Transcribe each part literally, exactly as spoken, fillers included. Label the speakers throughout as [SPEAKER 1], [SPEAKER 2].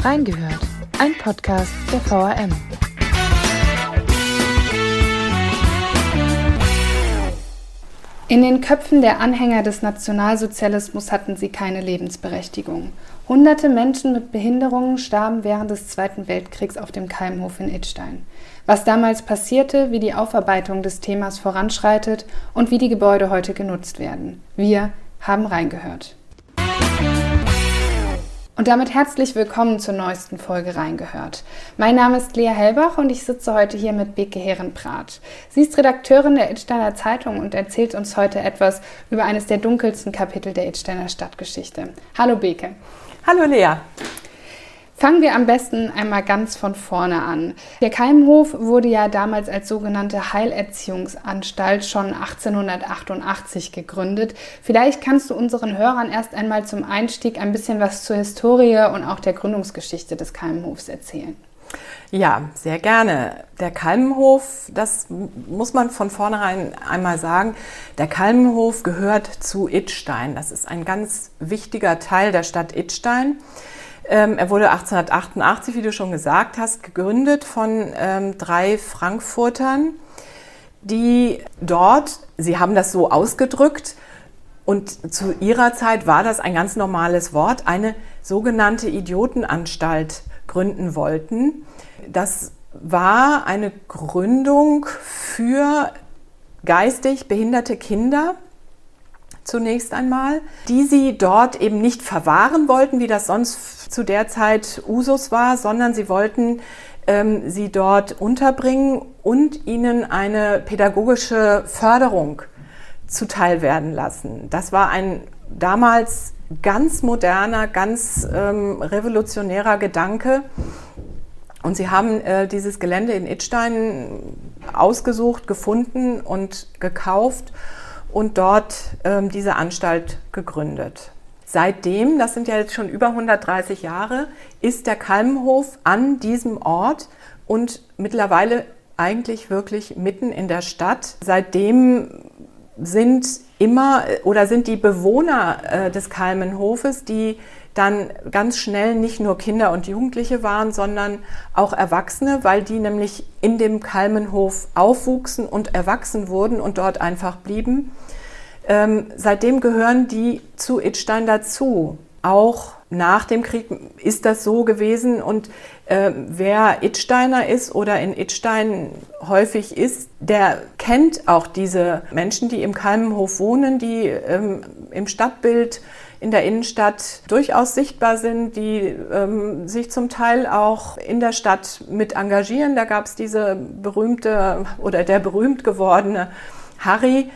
[SPEAKER 1] Reingehört, ein Podcast der V R M.
[SPEAKER 2] In den Köpfen der Anhänger des Nationalsozialismus hatten sie keine Lebensberechtigung. Hunderte Menschen mit Behinderungen starben während des Zweiten Weltkriegs auf dem Kalmhof in Idstein. Was damals passierte, wie die Aufarbeitung des Themas voranschreitet und wie die Gebäude heute genutzt werden. Wir haben reingehört. Und damit herzlich willkommen zur neuesten Folge Reingehört. Mein Name ist Lea Hellbach und ich sitze heute hier mit Beke Herenprath. Sie ist Redakteurin der Idsteiner Zeitung und erzählt uns heute etwas über eines der dunkelsten Kapitel der Idsteiner Stadtgeschichte. Hallo Beke.
[SPEAKER 3] Hallo Lea.
[SPEAKER 2] Fangen wir am besten einmal ganz von vorne an. Der Kalmhof wurde ja damals als sogenannte Heilerziehungsanstalt schon achtzehnhundertachtundachtzig gegründet. Vielleicht kannst du unseren Hörern erst einmal zum Einstieg ein bisschen was zur Historie und auch der Gründungsgeschichte des Kalmhofs erzählen.
[SPEAKER 3] Ja, sehr gerne. Der Kalmhof, das muss man von vornherein einmal sagen, der Kalmhof gehört zu Idstein. Das ist ein ganz wichtiger Teil der Stadt Idstein. Ähm, er wurde achtzehnhundertachtundachtzig, wie du schon gesagt hast, gegründet von ähm, drei Frankfurtern, die dort, sie haben das so ausgedrückt, und zu ihrer Zeit war das ein ganz normales Wort, eine sogenannte Idiotenanstalt gründen wollten. Das war eine Gründung für geistig behinderte Kinder, zunächst einmal, die sie dort eben nicht verwahren wollten, wie das sonst zu der Zeit Usus war, sondern sie wollten ähm, sie dort unterbringen und ihnen eine pädagogische Förderung zuteil werden lassen. Das war ein damals ganz moderner, ganz ähm, revolutionärer Gedanke. Und sie haben äh, dieses Gelände in Idstein ausgesucht, gefunden und gekauft und dort ähm, diese Anstalt gegründet. Seitdem, das sind ja jetzt schon über hundertdreißig Jahre, ist der Kalmhof an diesem Ort und mittlerweile eigentlich wirklich mitten in der Stadt. Seitdem sind immer oder sind die Bewohner äh, des Kalmenhofes, die dann ganz schnell nicht nur Kinder und Jugendliche waren, sondern auch Erwachsene, weil die nämlich in dem Kalmenhof aufwuchsen und erwachsen wurden und dort einfach blieben. Ähm, seitdem gehören die zu Idstein dazu. Auch nach dem Krieg ist das so gewesen und äh, wer Idsteiner ist oder in Idstein häufig ist, der kennt auch diese Menschen, die im Kalmenhof wohnen, die ähm, im Stadtbild in der Innenstadt durchaus sichtbar sind, die ähm, sich zum Teil auch in der Stadt mit engagieren. Da gab es diese berühmte oder der berühmt gewordene Harry,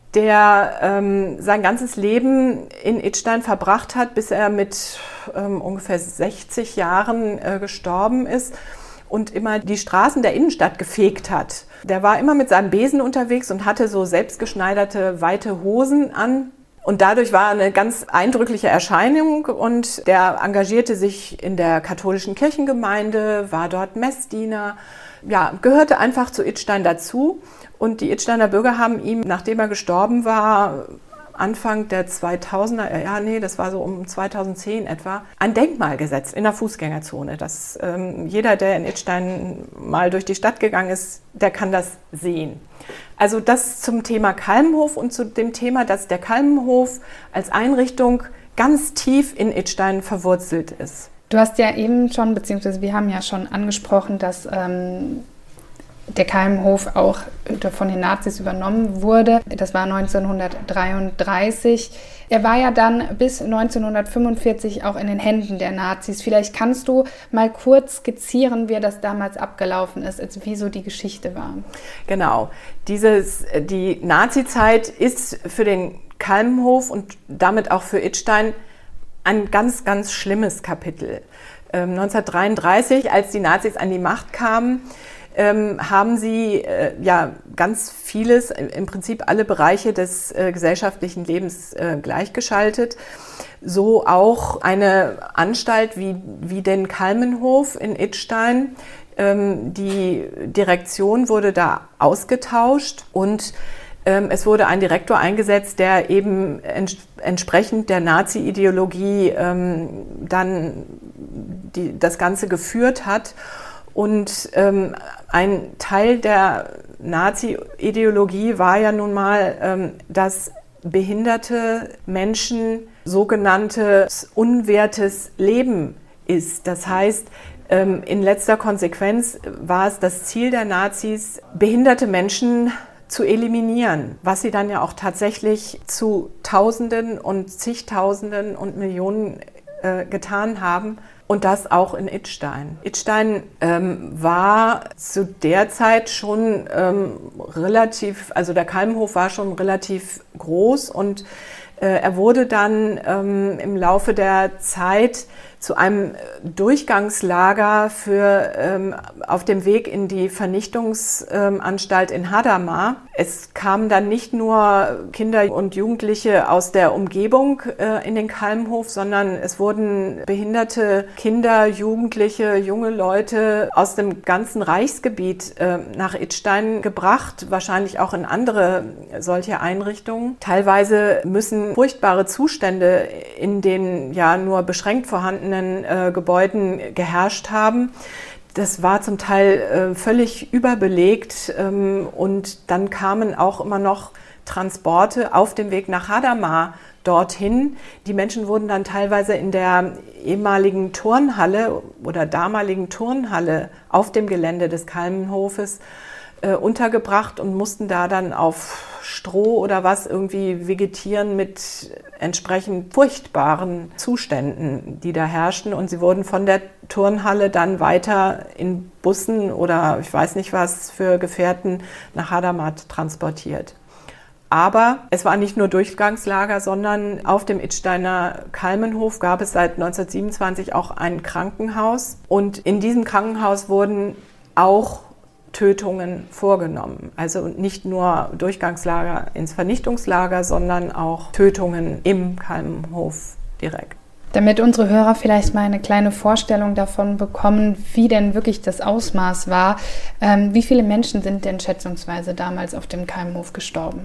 [SPEAKER 3] der ähm, sein ganzes Leben in Idstein verbracht hat, bis er mit ähm, ungefähr sechzig Jahren äh, gestorben ist und immer die Straßen der Innenstadt gefegt hat. Der war immer mit seinem Besen unterwegs und hatte so selbstgeschneiderte weite Hosen an. Und dadurch war eine ganz eindrückliche Erscheinung und der engagierte sich in der katholischen Kirchengemeinde, war dort Messdiener, ja, gehörte einfach zu Idstein dazu. Und die Idsteiner Bürger haben ihm, nachdem er gestorben war, Anfang der zweitausender, ja nee, das war so um zweitausendzehn etwa, ein Denkmal gesetzt in der Fußgängerzone. Das, ähm, jeder, der in Idstein mal durch die Stadt gegangen ist, der kann das sehen. Also das zum Thema Kalmhof und zu dem Thema, dass der Kalmhof als Einrichtung ganz tief in Idstein verwurzelt ist.
[SPEAKER 2] Du hast ja eben schon, beziehungsweise wir haben ja schon angesprochen, dass ähm, der Kalmhof auch von den Nazis übernommen wurde. Das war neunzehnhundertdreiunddreißig. Er war ja dann bis neunzehnhundertfünfundvierzig auch in den Händen der Nazis. Vielleicht kannst du mal kurz skizzieren, wie das damals abgelaufen ist, also wie so die Geschichte war.
[SPEAKER 3] Genau. Dieses, die Nazizeit ist für den Kalmhof und damit auch für Idstein ein ganz, ganz schlimmes Kapitel. Ähm, neunzehnhundertdreiunddreißig, als die Nazis an die Macht kamen, Ähm, haben sie äh, ja ganz vieles, im Prinzip alle Bereiche des äh, gesellschaftlichen Lebens äh, gleichgeschaltet. So auch eine Anstalt wie, wie den Kalmenhof in Idstein. Ähm, die Direktion wurde da ausgetauscht und ähm, es wurde ein Direktor eingesetzt, der eben ents- entsprechend der Nazi-Ideologie ähm, dann die das Ganze geführt hat. Und ähm, ein Teil der Nazi-Ideologie war ja nun mal, ähm, dass behinderte Menschen sogenanntes unwertes Leben ist. Das heißt, ähm, in letzter Konsequenz war es das Ziel der Nazis, behinderte Menschen zu eliminieren, was sie dann ja auch tatsächlich zu Tausenden und zigtausenden und Millionen äh, getan haben. Und das auch in Idstein. Idstein ähm, war zu der Zeit schon ähm, relativ, also der Kalmhof war schon relativ groß und äh, er wurde dann ähm, im Laufe der Zeit zu einem Durchgangslager für ähm, auf dem Weg in die Vernichtungsanstalt in Hadamar. Es kamen dann nicht nur Kinder und Jugendliche aus der Umgebung äh, in den Kalmhof, sondern es wurden behinderte Kinder, Jugendliche, junge Leute aus dem ganzen Reichsgebiet äh, nach Idstein gebracht, wahrscheinlich auch in andere solche Einrichtungen. Teilweise müssen furchtbare Zustände in den ja nur beschränkt vorhandenen Äh, Gebäuden geherrscht haben. Das war zum Teil äh, völlig überbelegt ähm, und dann kamen auch immer noch Transporte auf dem Weg nach Hadamar dorthin. Die Menschen wurden dann teilweise in der ehemaligen Turnhalle oder damaligen Turnhalle auf dem Gelände des Kalmenhofes äh, untergebracht und mussten da dann auf Stroh oder was irgendwie vegetieren mit entsprechend furchtbaren Zuständen, die da herrschten. Und sie wurden von der Turnhalle dann weiter in Bussen oder ich weiß nicht was für Gefährten nach Hadamar transportiert. Aber es war nicht nur Durchgangslager, sondern auf dem Idsteiner Kalmenhof gab es seit neunzehnhundertsiebenundzwanzig auch ein Krankenhaus. Und in diesem Krankenhaus wurden auch Tötungen vorgenommen. Also nicht nur Durchgangslager ins Vernichtungslager, sondern auch Tötungen im Kalmenhof direkt.
[SPEAKER 2] Damit unsere Hörer vielleicht mal eine kleine Vorstellung davon bekommen, wie denn wirklich das Ausmaß war, ähm, wie viele Menschen sind denn schätzungsweise damals auf dem Kalmenhof gestorben?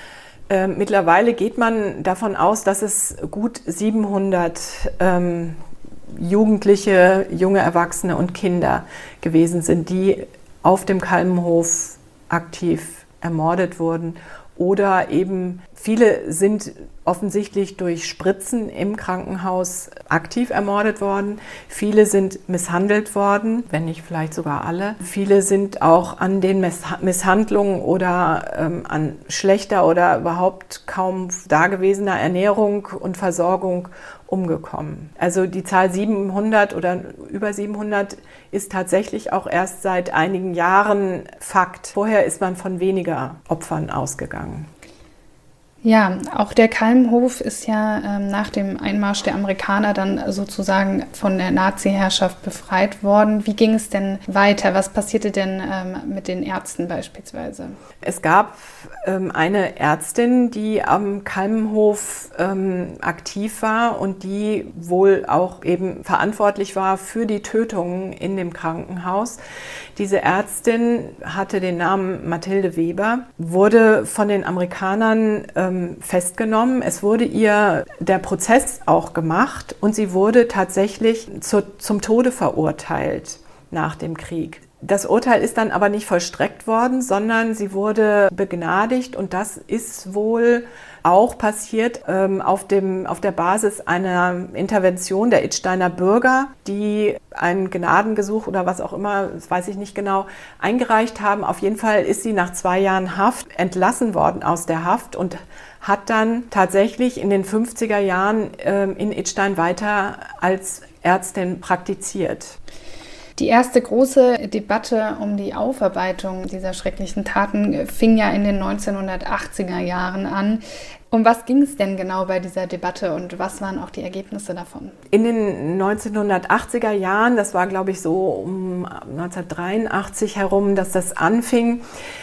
[SPEAKER 3] Äh, mittlerweile geht man davon aus, dass es gut siebenhundert ähm, Jugendliche, junge Erwachsene und Kinder gewesen sind, die auf dem Kalmenhof aktiv ermordet wurden. Oder eben viele sind offensichtlich durch Spritzen im Krankenhaus aktiv ermordet worden. Viele sind misshandelt worden, wenn nicht vielleicht sogar alle. Viele sind auch an den Misshandlungen oder ähm, an schlechter oder überhaupt kaum dagewesener Ernährung und Versorgung umgekommen. Also die Zahl siebenhundert oder über siebenhundert ist tatsächlich auch erst seit einigen Jahren Fakt. Vorher ist man von weniger Opfern ausgegangen.
[SPEAKER 2] Ja, auch der Kalmenhof ist ja ähm, nach dem Einmarsch der Amerikaner dann sozusagen von der Nazi-Herrschaft befreit worden. Wie ging es denn weiter? Was passierte denn ähm, mit den Ärzten beispielsweise?
[SPEAKER 3] Es gab ähm, eine Ärztin, die am Kalmenhof ähm, aktiv war und die wohl auch eben verantwortlich war für die Tötungen in dem Krankenhaus. Diese Ärztin hatte den Namen Mathilde Weber, wurde von den Amerikanern ähm, festgenommen. Es wurde ihr der Prozess auch gemacht und sie wurde tatsächlich zu, zum Tode verurteilt nach dem Krieg. Das Urteil ist dann aber nicht vollstreckt worden, sondern sie wurde begnadigt und das ist wohl auch passiert ähm, auf, dem, auf der Basis einer Intervention der Idsteiner Bürger, die ein Gnadengesuch oder was auch immer, das weiß ich nicht genau, eingereicht haben. Auf jeden Fall ist sie nach zwei Jahren Haft entlassen worden aus der Haft und hat dann tatsächlich in den fünfziger Jahren ähm, in Idstein weiter als Ärztin praktiziert.
[SPEAKER 2] Die erste große Debatte um die Aufarbeitung dieser schrecklichen Taten fing ja in den neunzehnhundertachtziger Jahren an. Um was ging es denn genau bei dieser Debatte und was waren auch die Ergebnisse davon?
[SPEAKER 3] In den neunzehnhundertachtziger Jahren, das war glaube ich so um neunzehnhundertdreiundachtzig herum, dass das anfing,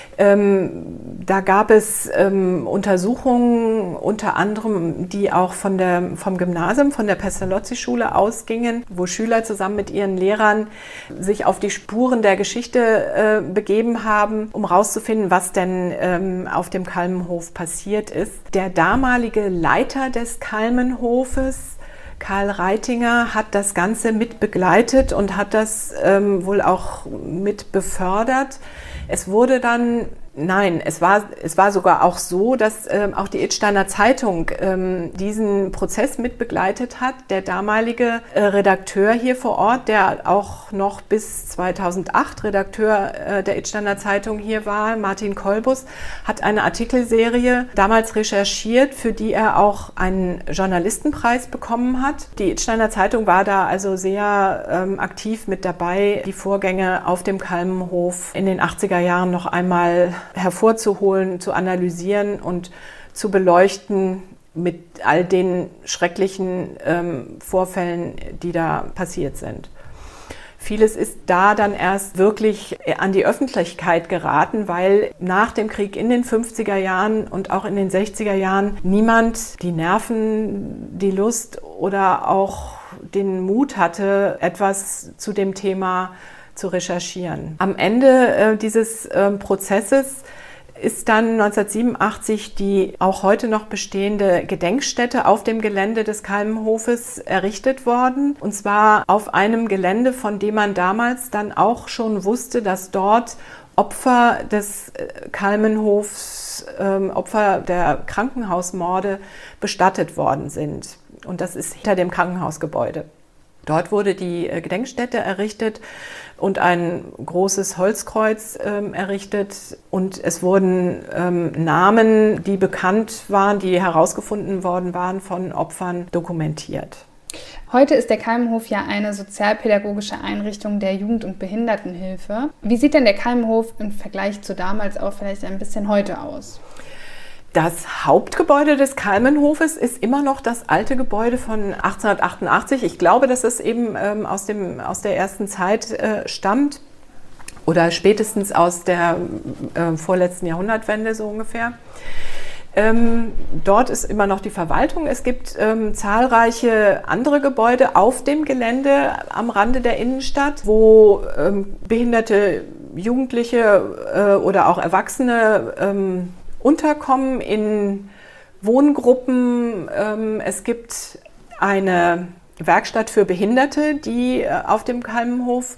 [SPEAKER 3] Ähm, da gab es ähm, Untersuchungen, unter anderem, die auch von der, vom Gymnasium, von der Pestalozzi-Schule ausgingen, wo Schüler zusammen mit ihren Lehrern sich auf die Spuren der Geschichte äh, begeben haben, um herauszufinden, was denn ähm, auf dem Kalmenhof passiert ist. Der damalige Leiter des Kalmenhofes, Karl Reitinger hat das Ganze mit begleitet und hat das ähm, wohl auch mit befördert. Es wurde dann, nein, es war, es war sogar auch so, dass ähm, auch die Idsteiner Zeitung ähm, diesen Prozess mit begleitet hat. Der damalige äh, Redakteur hier vor Ort, der auch noch bis zweitausendacht Redakteur äh, der Idsteiner Zeitung hier war, Martin Kolbus, hat eine Artikelserie damals recherchiert, für die er auch einen Journalistenpreis bekommen hat. Die Idsteiner Zeitung war da also sehr ähm, aktiv mit dabei, die Vorgänge auf dem Kalmenhof in den achtziger Jahren noch einmal hervorzuholen, zu analysieren und zu beleuchten mit all den schrecklichen ähm, Vorfällen, die da passiert sind. Vieles ist da dann erst wirklich an die Öffentlichkeit geraten, weil nach dem Krieg in den fünfziger Jahren und auch in den sechziger Jahren niemand die Nerven, die Lust oder auch den Mut hatte, etwas zu dem Thema zu recherchieren. Am Ende äh, dieses äh, Prozesses ist dann neunzehnhundertsiebenundachtzig die auch heute noch bestehende Gedenkstätte auf dem Gelände des Kalmenhofes errichtet worden. Und zwar auf einem Gelände, von dem man damals dann auch schon wusste, dass dort Opfer des Kalmenhofs, äh, Opfer der Krankenhausmorde bestattet worden sind. Und das ist hinter dem Krankenhausgebäude. Dort wurde die Gedenkstätte errichtet und ein großes Holzkreuz ähm, errichtet. Und es wurden ähm, Namen, die bekannt waren, die herausgefunden worden waren, von Opfern dokumentiert.
[SPEAKER 2] Heute ist der Kalmenhof ja eine sozialpädagogische Einrichtung der Jugend- und Behindertenhilfe. Wie sieht denn der Kalmenhof im Vergleich zu damals auch vielleicht ein bisschen heute aus?
[SPEAKER 3] Das Hauptgebäude des Kalmenhofes ist immer noch das alte Gebäude von achtzehnhundertachtundachtzig. Ich glaube, dass es eben ähm, aus, dem, aus der ersten Zeit äh, stammt oder spätestens aus der äh, vorletzten Jahrhundertwende so ungefähr. Ähm, dort ist immer noch die Verwaltung. Es gibt ähm, zahlreiche andere Gebäude auf dem Gelände am Rande der Innenstadt, wo ähm, behinderte Jugendliche äh, oder auch Erwachsene ähm, unterkommen in Wohngruppen. Es gibt eine Werkstatt für Behinderte, die auf dem Kalmenhof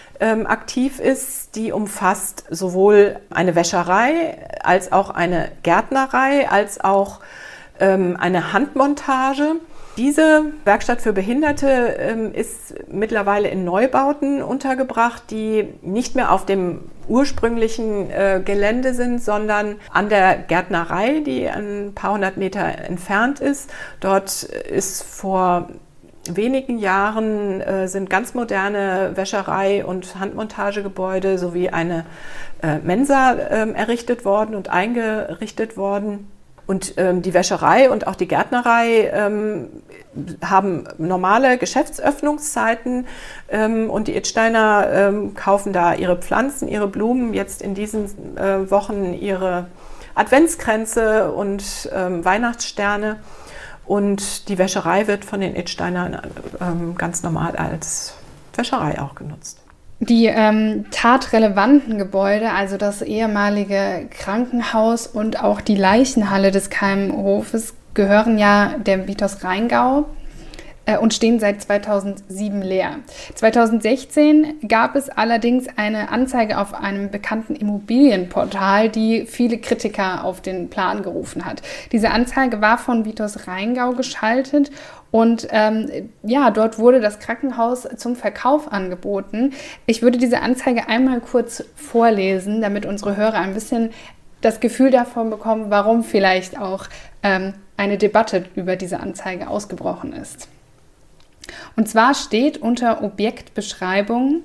[SPEAKER 3] aktiv ist. Die umfasst sowohl eine Wäscherei als auch eine Gärtnerei, als auch eine Handmontage. Diese Werkstatt für Behinderte ähm, ist mittlerweile in Neubauten untergebracht, die nicht mehr auf dem ursprünglichen äh, Gelände sind, sondern an der Gärtnerei, die ein paar hundert Meter entfernt ist. Dort ist vor wenigen Jahren äh, sind ganz moderne Wäscherei- und Handmontagegebäude sowie eine äh, Mensa äh, errichtet worden und eingerichtet worden. Und ähm, die Wäscherei und auch die Gärtnerei ähm, haben normale Geschäftsöffnungszeiten ähm, und die Idsteiner ähm, kaufen da ihre Pflanzen, ihre Blumen, jetzt in diesen äh, Wochen ihre Adventskränze und ähm, Weihnachtssterne. Und die Wäscherei wird von den Idsteinern ähm, ganz normal als Wäscherei auch genutzt.
[SPEAKER 2] Die ähm, tatrelevanten Gebäude, also das ehemalige Krankenhaus und auch die Leichenhalle des Kalmenhofes, gehören ja dem Vitos Rheingau äh, und stehen seit zweitausendsieben leer. zweitausendsechzehn gab es allerdings eine Anzeige auf einem bekannten Immobilienportal, die viele Kritiker auf den Plan gerufen hat. Diese Anzeige war von Vitos Rheingau geschaltet. Und ähm, ja, dort wurde das Krankenhaus zum Verkauf angeboten. Ich würde diese Anzeige einmal kurz vorlesen, damit unsere Hörer ein bisschen das Gefühl davon bekommen, warum vielleicht auch ähm, eine Debatte über diese Anzeige ausgebrochen ist. Und zwar steht unter Objektbeschreibung: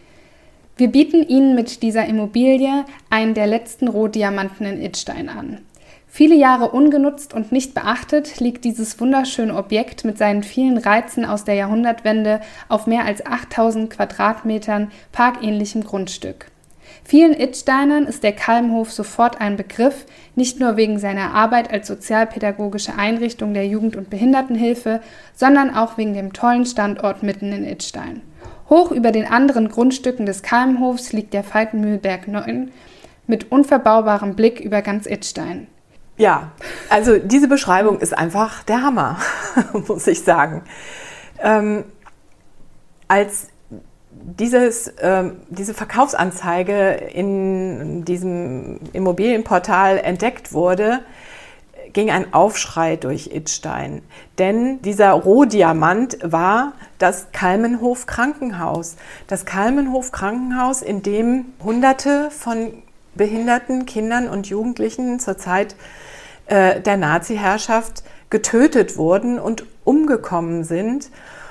[SPEAKER 2] Wir bieten Ihnen mit dieser Immobilie einen der letzten Rohdiamanten in Idstein an. Viele Jahre ungenutzt und nicht beachtet liegt dieses wunderschöne Objekt mit seinen vielen Reizen aus der Jahrhundertwende auf mehr als achttausend Quadratmetern parkähnlichem Grundstück. Vielen Idsteinern ist der Kalmenhof sofort ein Begriff, nicht nur wegen seiner Arbeit als sozialpädagogische Einrichtung der Jugend- und Behindertenhilfe, sondern auch wegen dem tollen Standort mitten in Idstein. Hoch über den anderen Grundstücken des Kalmenhofs liegt der Falkenmühlberg neun mit unverbaubarem Blick über ganz Idstein.
[SPEAKER 3] Ja, also diese Beschreibung ist einfach der Hammer, muss ich sagen. Ähm, als dieses, ähm, diese Verkaufsanzeige in diesem Immobilienportal entdeckt wurde, ging ein Aufschrei durch Idstein. Denn dieser Rohdiamant war das Kalmenhof Krankenhaus. Das Kalmenhof Krankenhaus, in dem Hunderte von behinderten Kindern und Jugendlichen zur Zeit äh, der Nazi-Herrschaft getötet wurden und umgekommen sind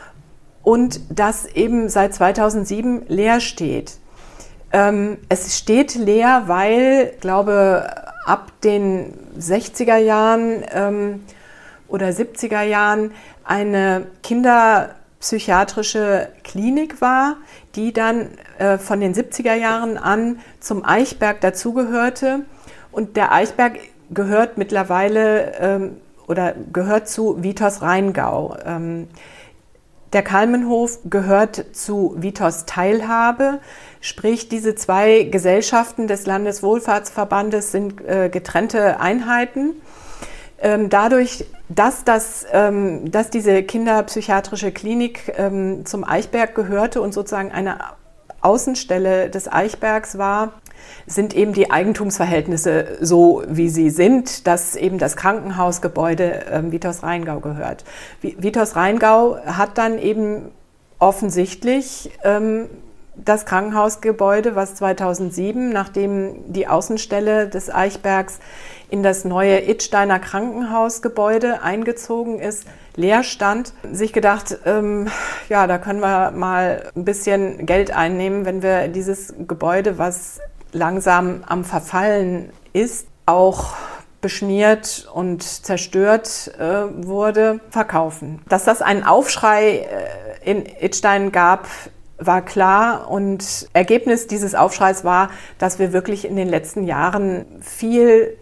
[SPEAKER 3] und das eben seit zweitausendsieben leer steht. Ähm, es steht leer, weil, ich glaube, ab den sechziger Jahren ähm, oder siebziger Jahren eine kinderpsychiatrische Klinik war, die dann äh, von den siebziger Jahren an zum Eichberg dazugehörte. Und der Eichberg gehört mittlerweile ähm, oder gehört zu Vitos Rheingau. Ähm, der Kalmenhof gehört zu Vitos Teilhabe, sprich diese zwei Gesellschaften des Landeswohlfahrtsverbandes sind äh, getrennte Einheiten. Ähm, dadurch, dass, das, ähm, dass diese kinderpsychiatrische Klinik ähm, zum Eichberg gehörte und sozusagen eine Außenstelle des Eichbergs war, sind eben die Eigentumsverhältnisse so, wie sie sind, dass eben das Krankenhausgebäude ähm, Vitos Rheingau gehört. Vitos Rheingau hat dann eben offensichtlich ähm, das Krankenhausgebäude, was zweitausendsieben, nachdem die Außenstelle des Eichbergs in das neue Idsteiner Krankenhausgebäude eingezogen ist, leer stand, sich gedacht, ähm, ja, da können wir mal ein bisschen Geld einnehmen, wenn wir dieses Gebäude, was langsam am Verfallen ist, auch beschmiert und zerstört äh, wurde, verkaufen. Dass das einen Aufschrei äh, in Idstein gab, war klar, und Ergebnis dieses Aufschreis war, dass wir wirklich in den letzten Jahren viel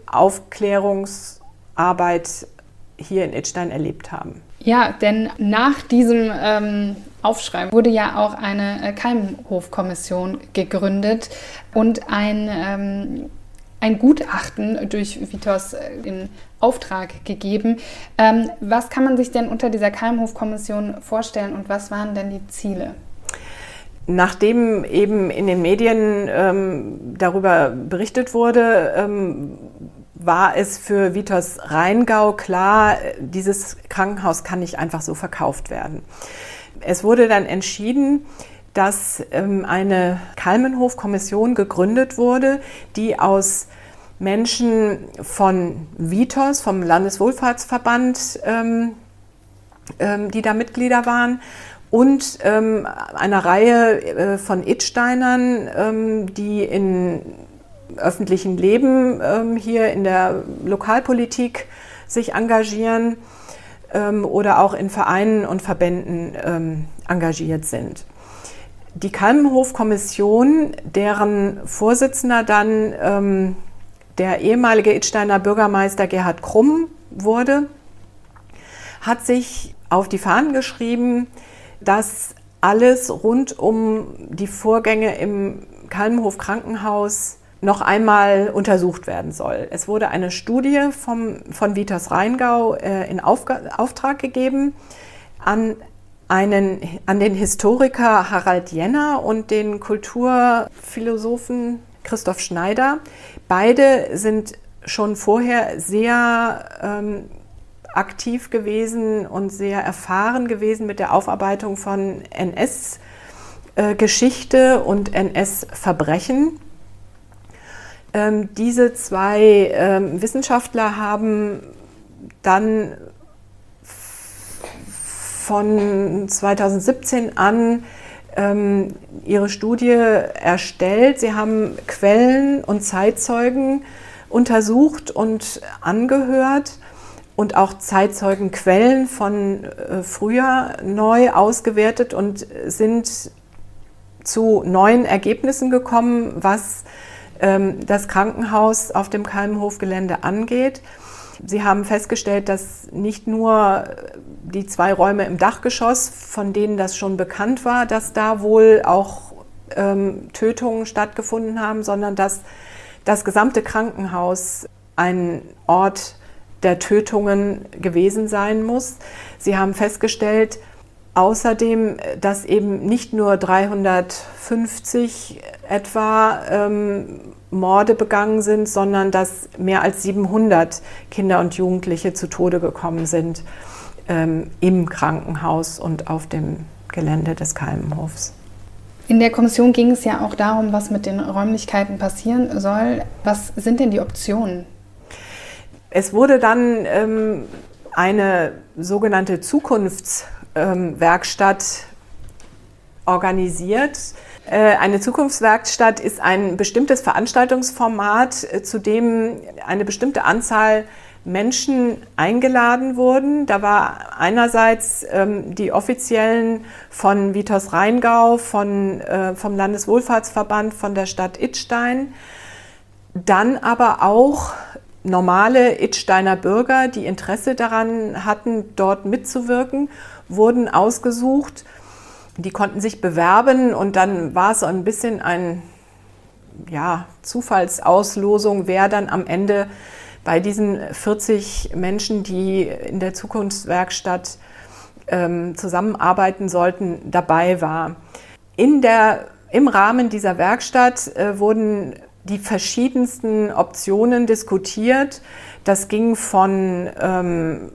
[SPEAKER 3] Aufklärungsarbeit hier in Idstein erlebt haben.
[SPEAKER 2] Ja, denn nach diesem ähm, Aufschrei wurde ja auch eine äh, Kalmenhof-Kommission gegründet und ein, ähm, ein Gutachten durch Vitos äh, in Auftrag gegeben. Ähm, was kann man sich denn unter dieser Kalmenhof-Kommission vorstellen und was waren denn die Ziele?
[SPEAKER 3] Nachdem eben in den Medien ähm, darüber berichtet wurde, ähm, war es für Vitos Rheingau klar, dieses Krankenhaus kann nicht einfach so verkauft werden. Es wurde dann entschieden, dass ähm, eine Kalmenhof-Kommission gegründet wurde, die aus Menschen von Vitos, vom Landeswohlfahrtsverband, ähm, ähm, die da Mitglieder waren, und ähm, einer Reihe äh, von Idsteinern, ähm, die in öffentlichen Leben ähm, hier in der Lokalpolitik sich engagieren ähm, oder auch in Vereinen und Verbänden ähm, engagiert sind. Die Kalmenhof-Kommission, deren Vorsitzender dann ähm, der ehemalige Idsteiner Bürgermeister Gerhard Krumm wurde, hat sich auf die Fahnen geschrieben, dass alles rund um die Vorgänge im Kalmenhof Krankenhaus noch einmal untersucht werden soll. Es wurde eine Studie vom, von Vitos Rheingau äh, in Aufga- Auftrag gegeben an, einen, an den Historiker Harald Jenner und den Kulturphilosophen Christoph Schneider. Beide sind schon vorher sehr ähm, aktiv gewesen und sehr erfahren gewesen mit der Aufarbeitung von N S-Geschichte und N S-Verbrechen. Ähm, diese zwei ähm, Wissenschaftler haben dann von zweitausendsiebzehn an ähm, ihre Studie erstellt. Sie haben Quellen und Zeitzeugen untersucht und angehört und auch Zeitzeugenquellen von äh, früher neu ausgewertet und sind zu neuen Ergebnissen gekommen, was ähm, das Krankenhaus auf dem Kalmenhofgelände angeht. Sie haben festgestellt, dass nicht nur die zwei Räume im Dachgeschoss, von denen das schon bekannt war, dass da wohl auch ähm, Tötungen stattgefunden haben, sondern dass das gesamte Krankenhaus ein Ort der Tötungen gewesen sein muss. Sie haben festgestellt, außerdem, dass eben nicht nur dreihundertfünfzig etwa ähm, Morde begangen sind, sondern dass mehr als siebenhundert Kinder und Jugendliche zu Tode gekommen sind ähm, im Krankenhaus und auf dem Gelände des Kalmenhofs.
[SPEAKER 2] In der Kommission ging es ja auch darum, was mit den Räumlichkeiten passieren soll. Was sind denn die Optionen?
[SPEAKER 3] Es wurde dann ähm, eine sogenannte Zukunftswerkstatt ähm, organisiert. Äh, eine Zukunftswerkstatt ist ein bestimmtes Veranstaltungsformat, äh, zu dem eine bestimmte Anzahl Menschen eingeladen wurden. Da war einerseits ähm, die Offiziellen von Vitos Rheingau, von, äh, vom Landeswohlfahrtsverband, von der Stadt Idstein, dann aber auch normale Idsteiner Bürger, die Interesse daran hatten, dort mitzuwirken, wurden ausgesucht. Die konnten sich bewerben und dann war es so ein bisschen eine ja, Zufallsauslosung, wer dann am Ende bei diesen vierzig Menschen, die in der Zukunftswerkstatt ähm, zusammenarbeiten sollten, dabei war. In der, im Rahmen dieser Werkstatt äh, wurden die verschiedensten Optionen diskutiert. Das ging von ähm,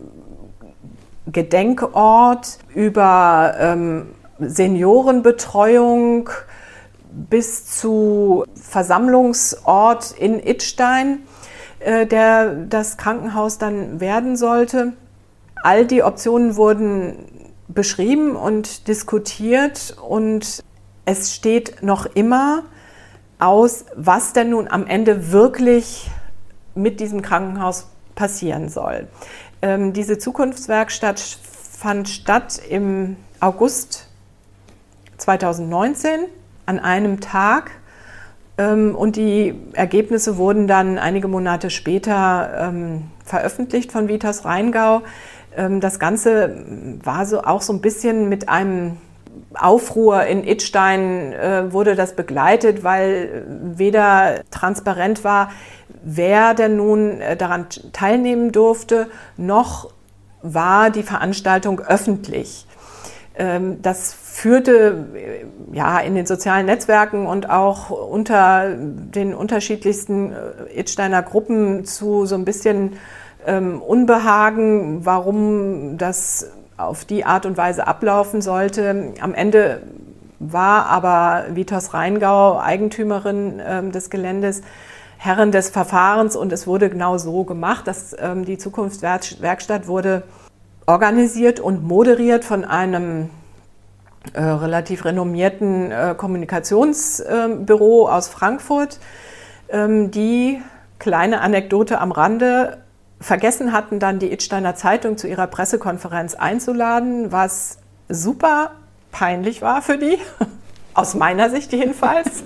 [SPEAKER 3] Gedenkort über ähm, Seniorenbetreuung bis zu Versammlungsort in Idstein, äh, der das Krankenhaus dann werden sollte. All die Optionen wurden beschrieben und diskutiert und es steht noch immer aus, was denn nun am Ende wirklich mit diesem Krankenhaus passieren soll. Ähm, diese Zukunftswerkstatt fand statt im August zweitausendneunzehn an einem Tag ähm, und die Ergebnisse wurden dann einige Monate später ähm, veröffentlicht von Vitos Rheingau. Ähm, das Ganze war so auch so ein bisschen mit einem Aufruhr in Idstein äh, wurde das begleitet, weil weder transparent war, wer denn nun äh, daran teilnehmen durfte, noch war die Veranstaltung öffentlich. Ähm, das führte äh, ja, in den sozialen Netzwerken und auch unter den unterschiedlichsten äh, Idsteiner Gruppen zu so ein bisschen ähm, Unbehagen, warum das auf die Art und Weise ablaufen sollte. Am Ende war aber Vitos Rheingau Eigentümerin äh, des Geländes, Herrin des Verfahrens und es wurde genau so gemacht, dass ähm, die Zukunftswerkstatt wurde organisiert und moderiert von einem äh, relativ renommierten äh, Kommunikationsbüro äh, aus Frankfurt, ähm, die, kleine Anekdote am Rande, vergessen hatten, dann die Idsteiner Zeitung zu ihrer Pressekonferenz einzuladen, was super peinlich war für die, aus meiner Sicht jedenfalls.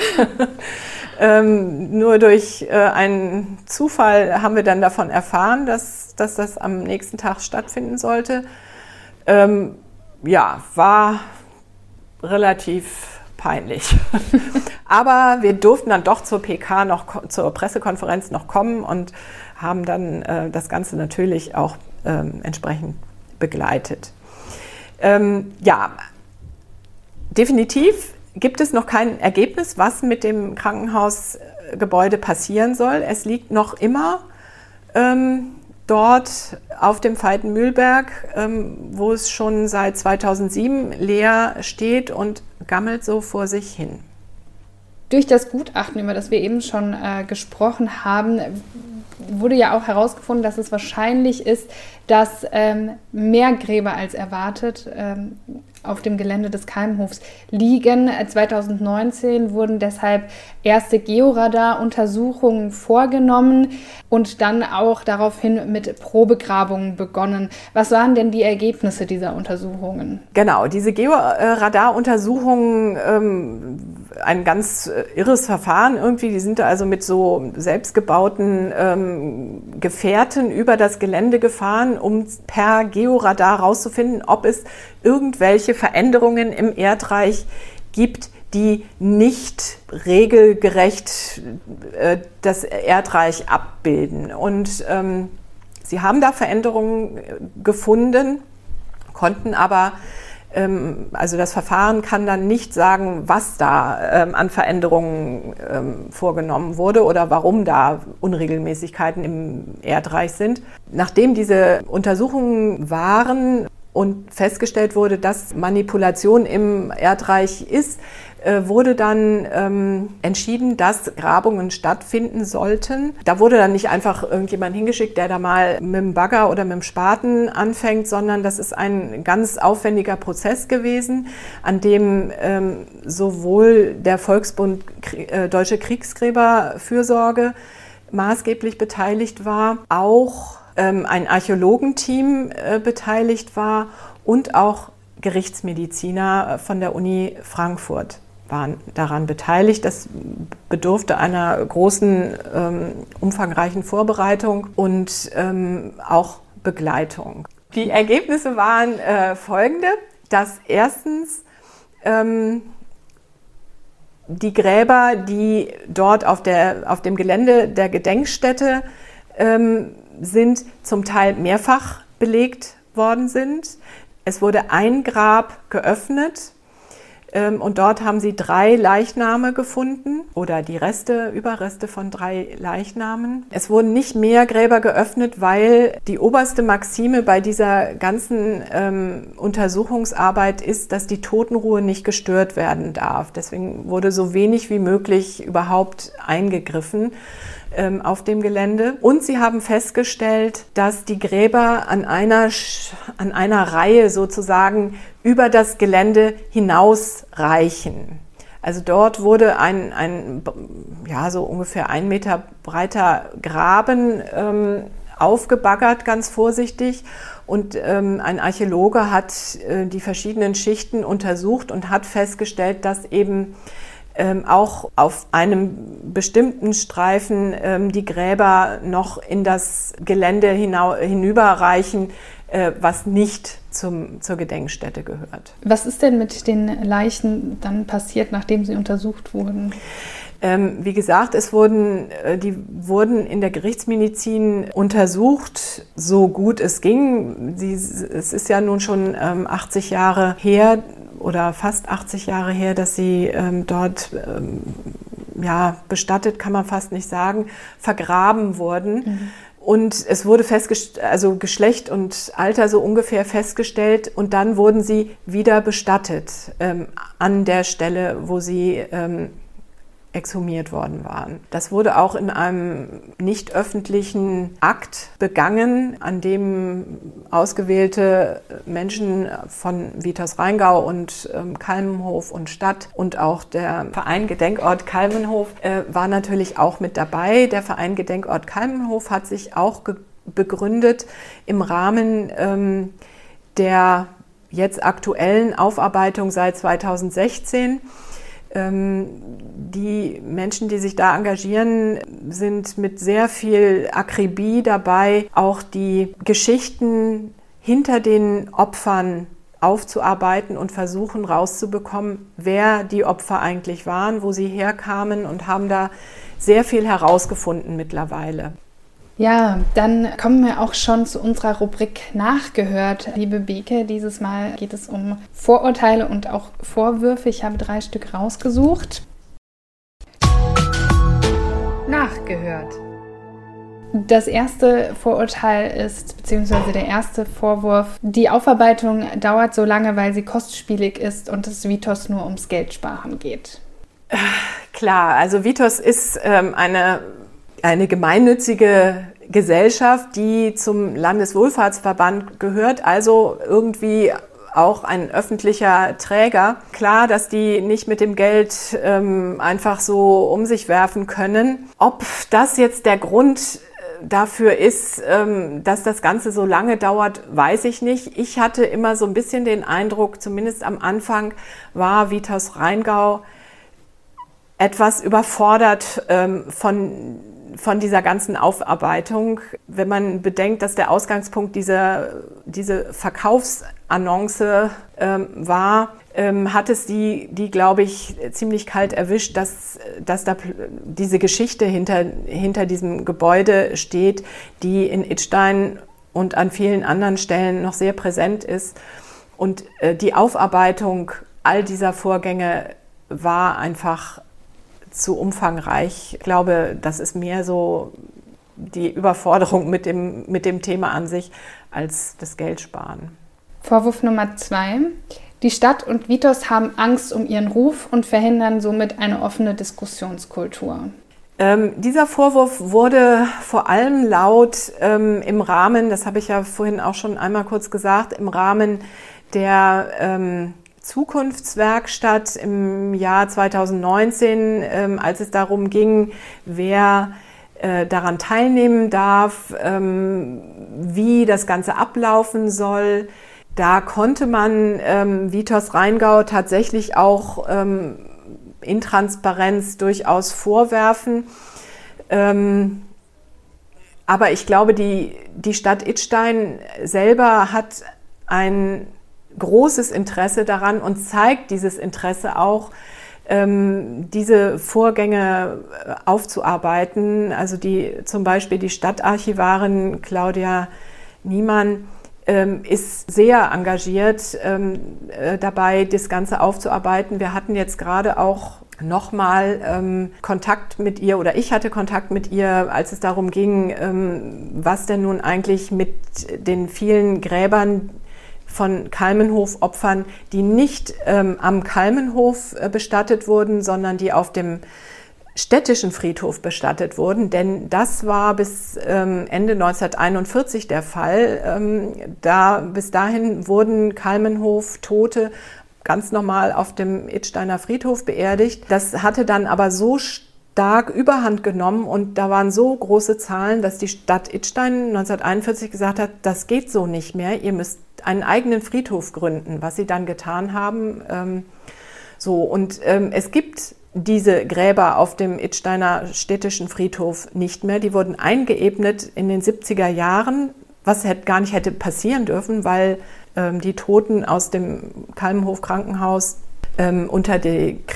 [SPEAKER 3] ähm, nur durch äh, einen Zufall haben wir dann davon erfahren, dass, dass das am nächsten Tag stattfinden sollte. Ähm, ja, war relativ peinlich. Aber wir durften dann doch zur P K noch, zur Pressekonferenz noch kommen und haben dann äh, das Ganze natürlich auch ähm, entsprechend begleitet. Ähm, ja, definitiv gibt es noch kein Ergebnis, was mit dem Krankenhausgebäude passieren soll. Es liegt noch immer ähm, dort auf dem Veitenmühlberg, ähm, wo es schon seit zweitausendsieben leer steht und gammelt so vor sich hin.
[SPEAKER 2] Durch das Gutachten, über das wir eben schon äh, gesprochen haben, wurde ja auch herausgefunden, dass es wahrscheinlich ist, dass ähm, mehr Gräber als erwartet ähm, auf dem Gelände des Kalmenhofs liegen. zweitausendneunzehn wurden deshalb erste Georadar-Untersuchungen vorgenommen und dann auch daraufhin mit Probegrabungen begonnen. Was waren denn die Ergebnisse dieser Untersuchungen?
[SPEAKER 3] Genau, diese Georadar-Untersuchungen, ähm, ein ganz irres Verfahren irgendwie. Die sind also mit so selbstgebauten ähm, Gefährten über das Gelände gefahren, um per Georadar herauszufinden, ob es irgendwelche Veränderungen im Erdreich gibt, die nicht regelgerecht äh, das Erdreich abbilden. Und ähm, sie haben da Veränderungen gefunden, konnten aber, ähm, also das Verfahren kann dann nicht sagen, was da ähm, an Veränderungen ähm, vorgenommen wurde oder warum da Unregelmäßigkeiten im Erdreich sind. Nachdem diese Untersuchungen waren und festgestellt wurde, dass Manipulation im Erdreich ist, wurde dann ähm, entschieden, dass Grabungen stattfinden sollten. Da wurde dann nicht einfach irgendjemand hingeschickt, der da mal mit dem Bagger oder mit dem Spaten anfängt, sondern das ist ein ganz aufwendiger Prozess gewesen, an dem ähm, sowohl der Volksbund äh, Deutsche Kriegsgräberfürsorge maßgeblich beteiligt war, auch ähm, ein Archäologenteam äh, beteiligt war und auch Gerichtsmediziner von der Uni Frankfurt waren daran beteiligt. Das bedurfte einer großen, ähm, umfangreichen Vorbereitung und ähm, auch Begleitung. Die Ergebnisse waren äh, folgende, dass erstens ähm, die Gräber, die dort auf, der, auf dem Gelände der Gedenkstätte ähm, sind, zum Teil mehrfach belegt worden sind. Es wurde ein Grab geöffnet, und dort haben sie drei Leichname gefunden oder die Reste, Überreste von drei Leichnamen. Es wurden nicht mehr Gräber geöffnet, weil die oberste Maxime bei dieser ganzen ähm, Untersuchungsarbeit ist, dass die Totenruhe nicht gestört werden darf. Deswegen wurde so wenig wie möglich überhaupt eingegriffen ähm, auf dem Gelände. Und sie haben festgestellt, dass die Gräber an einer, an einer Reihe sozusagen über das Gelände hinaus reichen. Also dort wurde ein, ein ja, so ungefähr ein Meter breiter Graben ähm, aufgebaggert, ganz vorsichtig. Und ähm, ein Archäologe hat äh, die verschiedenen Schichten untersucht und hat festgestellt, dass eben ähm, auch auf einem bestimmten Streifen ähm, die Gräber noch in das Gelände hinau- hinüberreichen, äh, was nicht zum, zur Gedenkstätte gehört.
[SPEAKER 2] Was ist denn mit den Leichen dann passiert, nachdem sie untersucht wurden?
[SPEAKER 3] Ähm, wie gesagt, es wurden, die wurden in der Gerichtsmedizin untersucht, so gut es ging. Sie, es ist ja nun schon ähm, achtzig Jahre her oder fast achtzig Jahre her, dass sie ähm, dort ähm, ja, bestattet, kann man fast nicht sagen, vergraben wurden. Mhm. Und es wurde festgestellt, also Geschlecht und Alter so ungefähr festgestellt und dann wurden sie wieder bestattet ähm, an der Stelle, wo sie ähm, exhumiert worden waren. Das wurde auch in einem nicht öffentlichen Akt begangen, an dem ausgewählte Menschen von Vitos-Rheingau und ähm, Kalmenhof und Stadt und auch der Verein Gedenkort Kalmenhof äh, war natürlich auch mit dabei. Der Verein Gedenkort Kalmenhof hat sich auch ge- begründet im Rahmen ähm, der jetzt aktuellen Aufarbeitung seit zweitausendsechzehn. Die Menschen, die sich da engagieren, sind mit sehr viel Akribie dabei, auch die Geschichten hinter den Opfern aufzuarbeiten und versuchen rauszubekommen, wer die Opfer eigentlich waren, wo sie herkamen und haben da sehr viel herausgefunden mittlerweile.
[SPEAKER 2] Ja, dann kommen wir auch schon zu unserer Rubrik Nachgehört. Liebe Beke, dieses Mal geht es um Vorurteile und auch Vorwürfe. Ich habe drei Stück rausgesucht. Nachgehört. Das erste Vorurteil ist, beziehungsweise der erste Vorwurf, die Aufarbeitung dauert so lange, weil sie kostspielig ist und es Vitos nur ums Geldsparen geht.
[SPEAKER 3] Klar, also Vitos ist ähm, eine eine gemeinnützige Gesellschaft, die zum Landeswohlfahrtsverband gehört, also irgendwie auch ein öffentlicher Träger. Klar, dass die nicht mit dem Geld ähm, einfach so um sich werfen können. Ob das jetzt der Grund dafür ist, ähm, dass das Ganze so lange dauert, weiß ich nicht. Ich hatte immer so ein bisschen den Eindruck, zumindest am Anfang war Vitos-Rheingau etwas überfordert ähm, von von dieser ganzen Aufarbeitung, wenn man bedenkt, dass der Ausgangspunkt dieser diese Verkaufs Annonce ähm, war, ähm, hat es die, die glaube ich, ziemlich kalt erwischt, dass, dass da diese Geschichte hinter, hinter diesem Gebäude steht, die in Idstein und an vielen anderen Stellen noch sehr präsent ist. Und äh, die Aufarbeitung all dieser Vorgänge war einfach zu umfangreich. Ich glaube, das ist mehr so die Überforderung mit dem, mit dem Thema an sich als das Geldsparen.
[SPEAKER 2] Vorwurf Nummer zwei. Die Stadt und Vitos haben Angst um ihren Ruf und verhindern somit eine offene Diskussionskultur.
[SPEAKER 3] Ähm, dieser Vorwurf wurde vor allem laut ähm, im Rahmen, das habe ich ja vorhin auch schon einmal kurz gesagt, im Rahmen der ähm, Zukunftswerkstatt im Jahr zweitausendneunzehn, ähm, als es darum ging, wer äh, daran teilnehmen darf, ähm, wie das Ganze ablaufen soll. Da konnte man ähm, Vitos Rheingau tatsächlich auch ähm, Intransparenz durchaus vorwerfen. Ähm, aber ich glaube, die, die Stadt Idstein selber hat ein großes Interesse daran und zeigt dieses Interesse auch, ähm, diese Vorgänge aufzuarbeiten. Also die, zum Beispiel die Stadtarchivarin Claudia Niemann ähm, ist sehr engagiert ähm, äh, dabei, das Ganze aufzuarbeiten. Wir hatten jetzt gerade auch nochmal ähm, Kontakt mit ihr, oder ich hatte Kontakt mit ihr, als es darum ging, ähm, was denn nun eigentlich mit den vielen Gräbern von Kalmenhof-Opfern, die nicht ähm, am Kalmenhof äh, bestattet wurden, sondern die auf dem städtischen Friedhof bestattet wurden. Denn das war bis ähm, Ende neunzehnhunderteinundvierzig der Fall. Ähm, da, bis dahin wurden Kalmenhof-Tote ganz normal auf dem Idsteiner Friedhof beerdigt. Das hatte dann aber so stark Überhand genommen und da waren so große Zahlen, dass die Stadt Idstein neunzehnhunderteinundvierzig gesagt hat, das geht so nicht mehr, ihr müsst einen eigenen Friedhof gründen, was sie dann getan haben. Ähm, so, und ähm, es gibt diese Gräber auf dem Idsteiner städtischen Friedhof nicht mehr. Die wurden eingeebnet in den siebziger Jahren, was hätte, gar nicht hätte passieren dürfen, weil ähm, die Toten aus dem Kalmenhof Krankenhaus ähm, unter den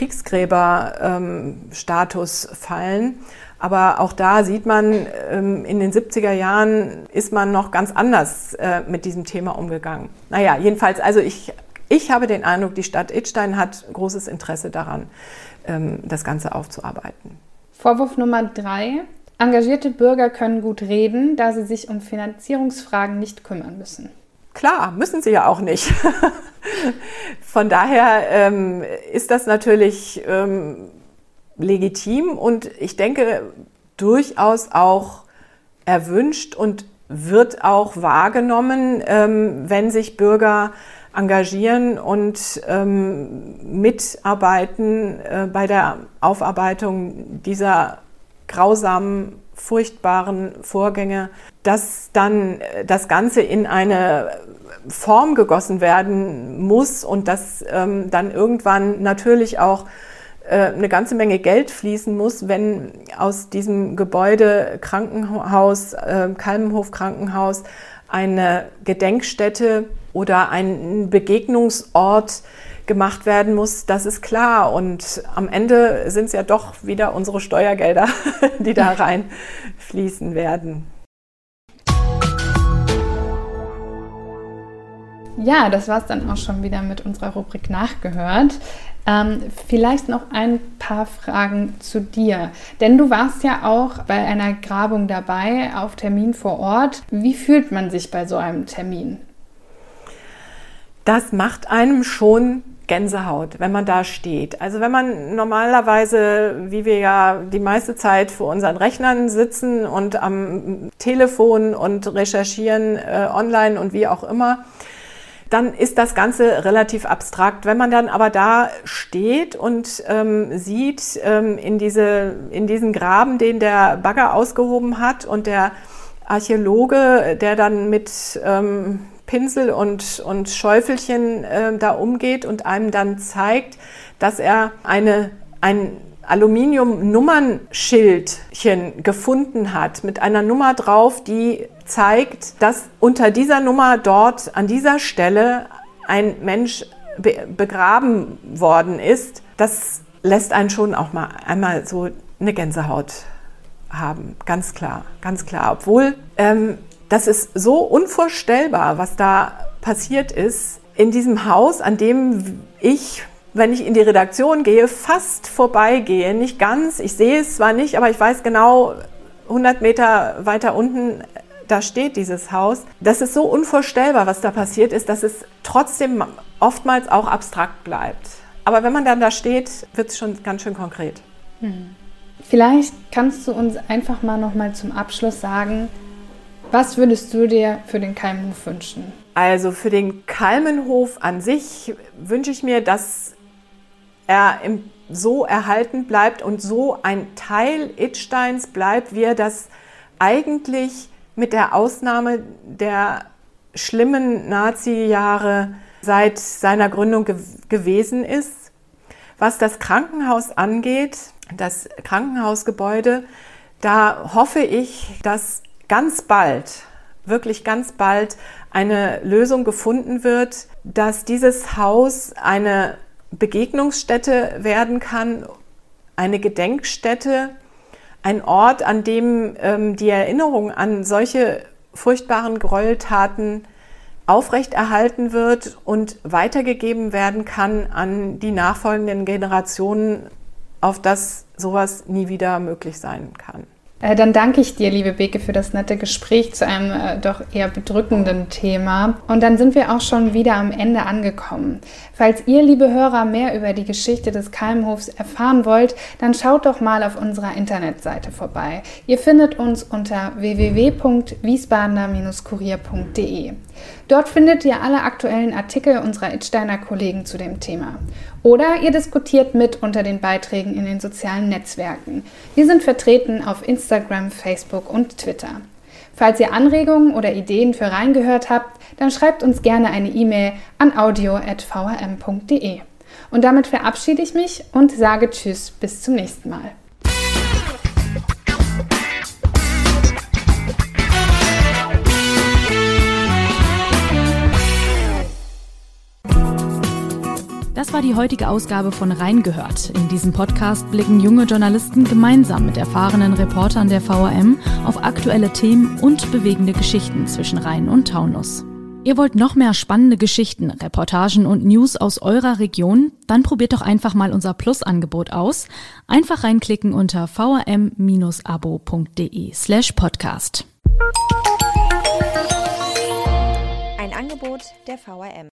[SPEAKER 3] Kriegsgräber-Status ähm, fallen. Aber auch da sieht man, ähm, in den siebziger Jahren ist man noch ganz anders äh, mit diesem Thema umgegangen. Naja, jedenfalls, also ich, ich habe den Eindruck, die Stadt Idstein hat großes Interesse daran, ähm, das Ganze aufzuarbeiten.
[SPEAKER 2] Vorwurf Nummer drei. Engagierte Bürger können gut reden, da sie sich um Finanzierungsfragen nicht kümmern müssen.
[SPEAKER 3] Klar, müssen sie ja auch nicht. Von daher ähm, ist das natürlich ähm, legitim und ich denke durchaus auch erwünscht und wird auch wahrgenommen, ähm, wenn sich Bürger engagieren und ähm, mitarbeiten äh, bei der Aufarbeitung dieser grausamen, furchtbaren Vorgänge, dass dann das Ganze in eine Form gegossen werden muss und dass ähm, dann irgendwann natürlich auch äh, eine ganze Menge Geld fließen muss, wenn aus diesem Gebäude Krankenhaus, äh, Kalmenhof Krankenhaus, eine Gedenkstätte oder ein Begegnungsort gemacht werden muss, das ist klar. Und am Ende sind es ja doch wieder unsere Steuergelder, die da reinfließen werden.
[SPEAKER 2] Ja, das war es dann auch schon wieder mit unserer Rubrik Nachgehört. Ähm, vielleicht noch ein paar Fragen zu dir. Denn du warst ja auch bei einer Grabung dabei, auf Termin vor Ort. Wie fühlt man sich bei so einem Termin?
[SPEAKER 3] Das macht einem schon Gänsehaut, wenn man da steht. Also wenn man normalerweise, wie wir ja die meiste Zeit vor unseren Rechnern sitzen und am Telefon und recherchieren äh, online und wie auch immer, dann ist das Ganze relativ abstrakt. Wenn man dann aber da steht und ähm, sieht ähm, in, diese, in diesen Graben, den der Bagger ausgehoben hat und der Archäologe, der dann mit ähm, Pinsel und, und Schäufelchen äh, da umgeht und einem dann zeigt, dass er eine, ein Aluminium-Nummernschildchen gefunden hat mit einer Nummer drauf, die zeigt, dass unter dieser Nummer dort an dieser Stelle ein Mensch be- begraben worden ist, das lässt einen schon auch mal einmal so eine Gänsehaut haben, ganz klar, ganz klar. Obwohl, ähm, das ist so unvorstellbar, was da passiert ist in diesem Haus, an dem ich, wenn ich in die Redaktion gehe, fast vorbeigehe, nicht ganz, ich sehe es zwar nicht, aber ich weiß genau, hundert Meter weiter unten, da steht dieses Haus. Das ist so unvorstellbar, was da passiert ist, dass es trotzdem oftmals auch abstrakt bleibt. Aber wenn man dann da steht, wird es schon ganz schön konkret.
[SPEAKER 2] Hm. Vielleicht kannst du uns einfach mal noch mal zum Abschluss sagen, was würdest du dir für den Kalmenhof wünschen?
[SPEAKER 3] Also für den Kalmenhof an sich wünsche ich mir, dass er im, so erhalten bleibt und so ein Teil Idsteins bleibt, wie er das eigentlich mit der Ausnahme der schlimmen Nazi-Jahre seit seiner Gründung ge- gewesen ist. Was das Krankenhaus angeht, das Krankenhausgebäude, da hoffe ich, dass ganz bald, wirklich ganz bald eine Lösung gefunden wird, dass dieses Haus eine Begegnungsstätte werden kann, eine Gedenkstätte, ein Ort, an dem ähm, die Erinnerung an solche furchtbaren Gräueltaten aufrechterhalten wird und weitergegeben werden kann an die nachfolgenden Generationen, auf dass sowas nie wieder möglich sein kann.
[SPEAKER 2] Äh, dann danke ich dir, liebe Beke, für das nette Gespräch zu einem äh, doch eher bedrückenden Thema. Und dann sind wir auch schon wieder am Ende angekommen. Falls ihr, liebe Hörer, mehr über die Geschichte des Kalmenhofs erfahren wollt, dann schaut doch mal auf unserer Internetseite vorbei. Ihr findet uns unter w w w punkt wiesbadener Bindestrich kurier punkt d e. Dort findet ihr alle aktuellen Artikel unserer Idsteiner Kollegen zu dem Thema. Oder ihr diskutiert mit unter den Beiträgen in den sozialen Netzwerken. Wir sind vertreten auf Instagram, Facebook und Twitter. Falls ihr Anregungen oder Ideen für Reingehört habt, dann schreibt uns gerne eine E-Mail an audio at v h m punkt d e. Und damit verabschiede ich mich und sage Tschüss, bis zum nächsten Mal.
[SPEAKER 1] Das war die heutige Ausgabe von Reingehört. In diesem Podcast blicken junge Journalisten gemeinsam mit erfahrenen Reportern der V R M auf aktuelle Themen und bewegende Geschichten zwischen Rhein und Taunus. Ihr wollt noch mehr spannende Geschichten, Reportagen und News aus eurer Region? Dann probiert doch einfach mal unser Plus-Angebot aus. Einfach reinklicken unter vrm-abo punkt d e slash podcast.
[SPEAKER 4] Ein Angebot der V R M.